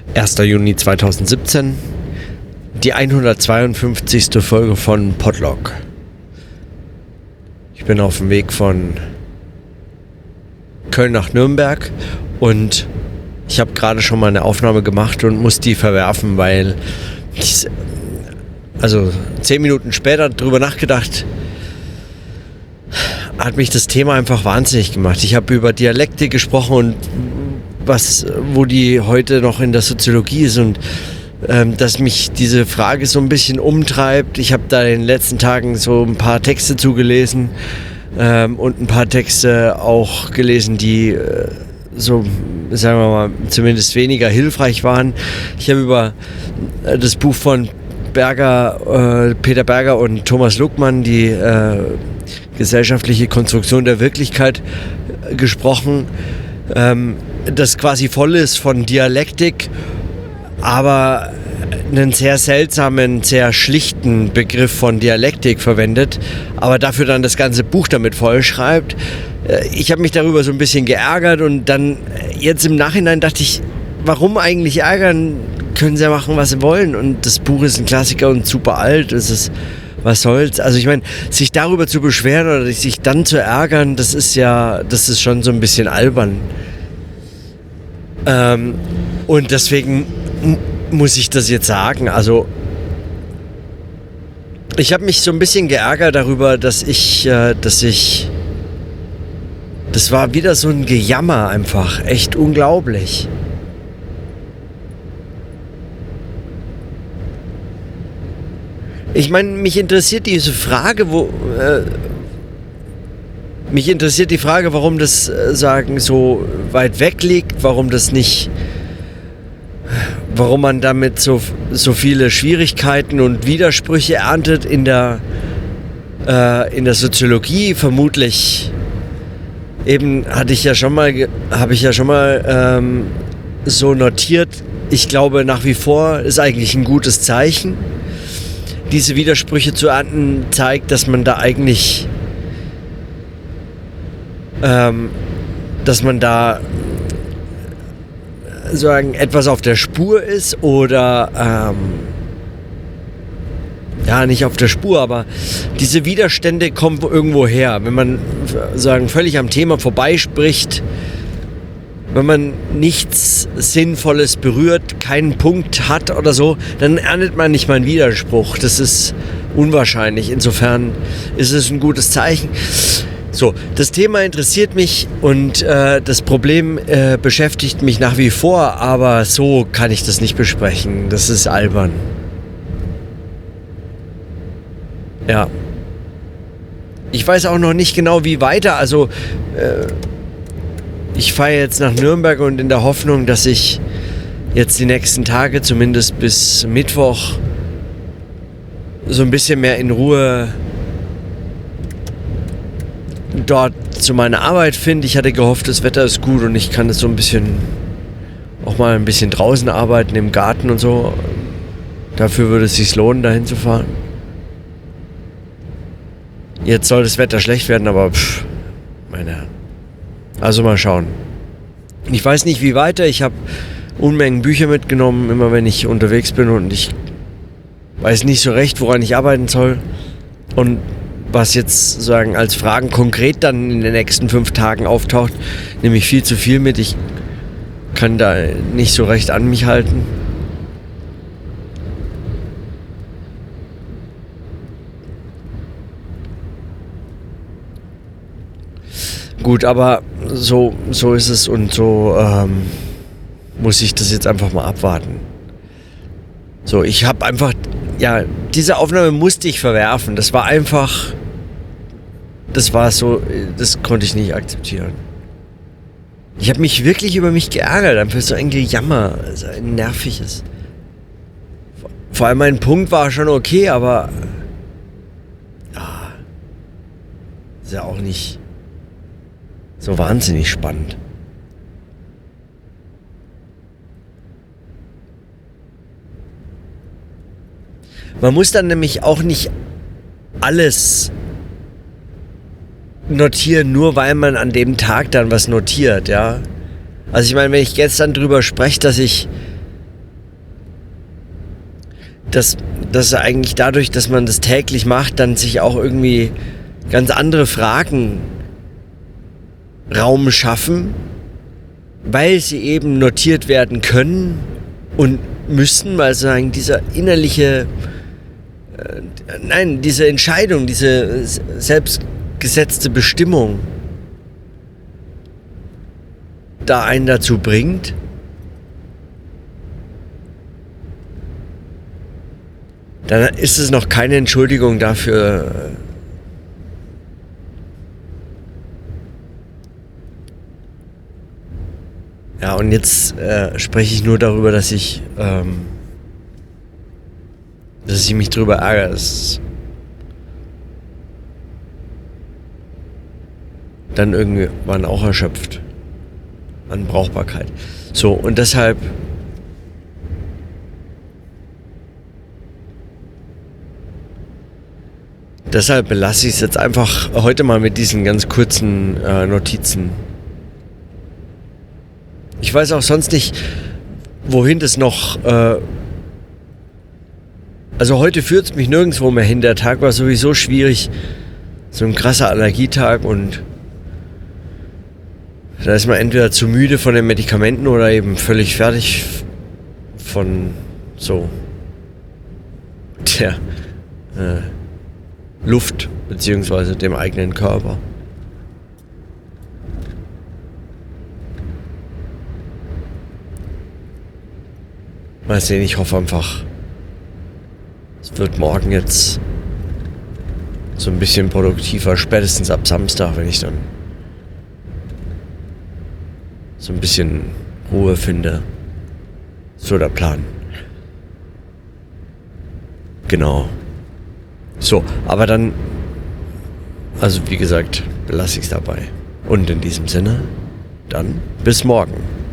1. Juni 2017, die 152. Folge von Podlog. Ich bin auf dem Weg von Köln nach Nürnberg und ich habe gerade schon mal eine Aufnahme gemacht und muss die verwerfen, weil ich 10 Minuten später drüber nachgedacht, hat mich das Thema einfach wahnsinnig gemacht. Ich habe über Dialektik gesprochen und wo die heute noch in der Soziologie ist und dass mich diese Frage so ein bisschen umtreibt. Ich habe da in den letzten Tagen so ein paar Texte zugelesen und ein paar Texte auch gelesen, die so, sagen wir mal, zumindest weniger hilfreich waren. Ich habe über das Buch von Peter Berger und Thomas Luckmann, die gesellschaftliche Konstruktion der Wirklichkeit, gesprochen, das quasi voll ist von Dialektik, aber einen sehr seltsamen, sehr schlichten Begriff von Dialektik verwendet, aber dafür dann das ganze Buch damit voll schreibt. Ich habe mich darüber so ein bisschen geärgert und dann jetzt im Nachhinein dachte ich, warum eigentlich ärgern? Können sie ja machen, was sie wollen, und das Buch ist ein Klassiker und super alt. Was soll's? Also ich meine, sich darüber zu beschweren oder sich dann zu ärgern, das ist schon so ein bisschen albern. Und deswegen muss ich das jetzt sagen. Also ich habe mich so ein bisschen geärgert darüber, das war wieder so ein Gejammer einfach, echt unglaublich. Ich meine, mich interessiert die Frage, warum das Sagen so weit weg liegt, warum man damit so viele Schwierigkeiten und Widersprüche erntet in der Soziologie. Vermutlich eben habe ich ja schon mal so notiert. Ich glaube, nach wie vor ist eigentlich ein gutes Zeichen. Diese Widersprüche zu ernten zeigt, dass man da eigentlich, dass man da sagen etwas auf der Spur ist oder nicht auf der Spur, aber diese Widerstände kommen irgendwo her. Wenn man völlig am Thema vorbeispricht, wenn man nichts Sinnvolles berührt, keinen Punkt hat oder so, dann erntet man nicht mal einen Widerspruch. Das ist unwahrscheinlich. Insofern ist es ein gutes Zeichen. So, das Thema interessiert mich und das Problem beschäftigt mich nach wie vor, aber so kann ich das nicht besprechen. Das ist albern. Ja. Ich weiß auch noch nicht genau, wie weiter. Also, ich fahre jetzt nach Nürnberg und in der Hoffnung, dass ich jetzt die nächsten Tage, zumindest bis Mittwoch, so ein bisschen mehr in Ruhe dort zu meiner Arbeit finde. Ich hatte gehofft, das Wetter ist gut und ich kann jetzt so ein bisschen auch mal ein bisschen draußen arbeiten, im Garten und so. Dafür würde es sich lohnen, dahin zu fahren. Jetzt soll das Wetter schlecht werden, aber meine Herren. Also mal schauen. Ich weiß nicht, wie weiter. Ich habe Unmengen Bücher mitgenommen, immer wenn ich unterwegs bin, und ich weiß nicht so recht, woran ich arbeiten soll. Und was jetzt sagen als Fragen konkret dann in den nächsten 5 Tagen auftaucht, nehme ich viel zu viel mit. Ich kann da nicht so recht an mich halten. Gut, aber so ist es und so muss ich das jetzt einfach mal abwarten. So, ich habe einfach, diese Aufnahme musste ich verwerfen. Das war so, das konnte ich nicht akzeptieren. Ich habe mich wirklich über mich geärgert, einfach so ein Gejammer, also ein nerviges. Vor allem mein Punkt war schon okay, aber ist ja auch nicht so wahnsinnig spannend. Man muss dann nämlich auch nicht alles notieren, nur weil man an dem Tag dann was notiert, ja. Also ich meine, wenn ich jetzt dann drüber spreche, dass ich dass eigentlich dadurch, dass man das täglich macht, dann sich auch irgendwie ganz andere Fragen Raum schaffen, weil sie eben notiert werden können und müssen, weil sozusagen dieser innerliche, diese Entscheidung, diese selbstgesetzte Bestimmung da einen dazu bringt, dann ist es noch keine Entschuldigung dafür, ja, und jetzt spreche ich nur darüber, dass ich mich drüber ärgere. Das dann irgendwann auch erschöpft an Brauchbarkeit. So, und deshalb belasse ich es jetzt einfach heute mal mit diesen ganz kurzen Notizen. Ich weiß auch sonst nicht, wohin das noch... also heute führt es mich nirgendwo mehr hin. Der Tag war sowieso schwierig. So ein krasser Allergietag und da ist man entweder zu müde von den Medikamenten oder eben völlig fertig von so der Luft beziehungsweise dem eigenen Körper. Mal sehen, ich hoffe einfach, es wird morgen jetzt so ein bisschen produktiver, spätestens ab Samstag, wenn ich dann so ein bisschen Ruhe finde. So der Plan. Genau. So, aber dann, also wie gesagt, belasse ich es dabei. Und in diesem Sinne, dann bis morgen.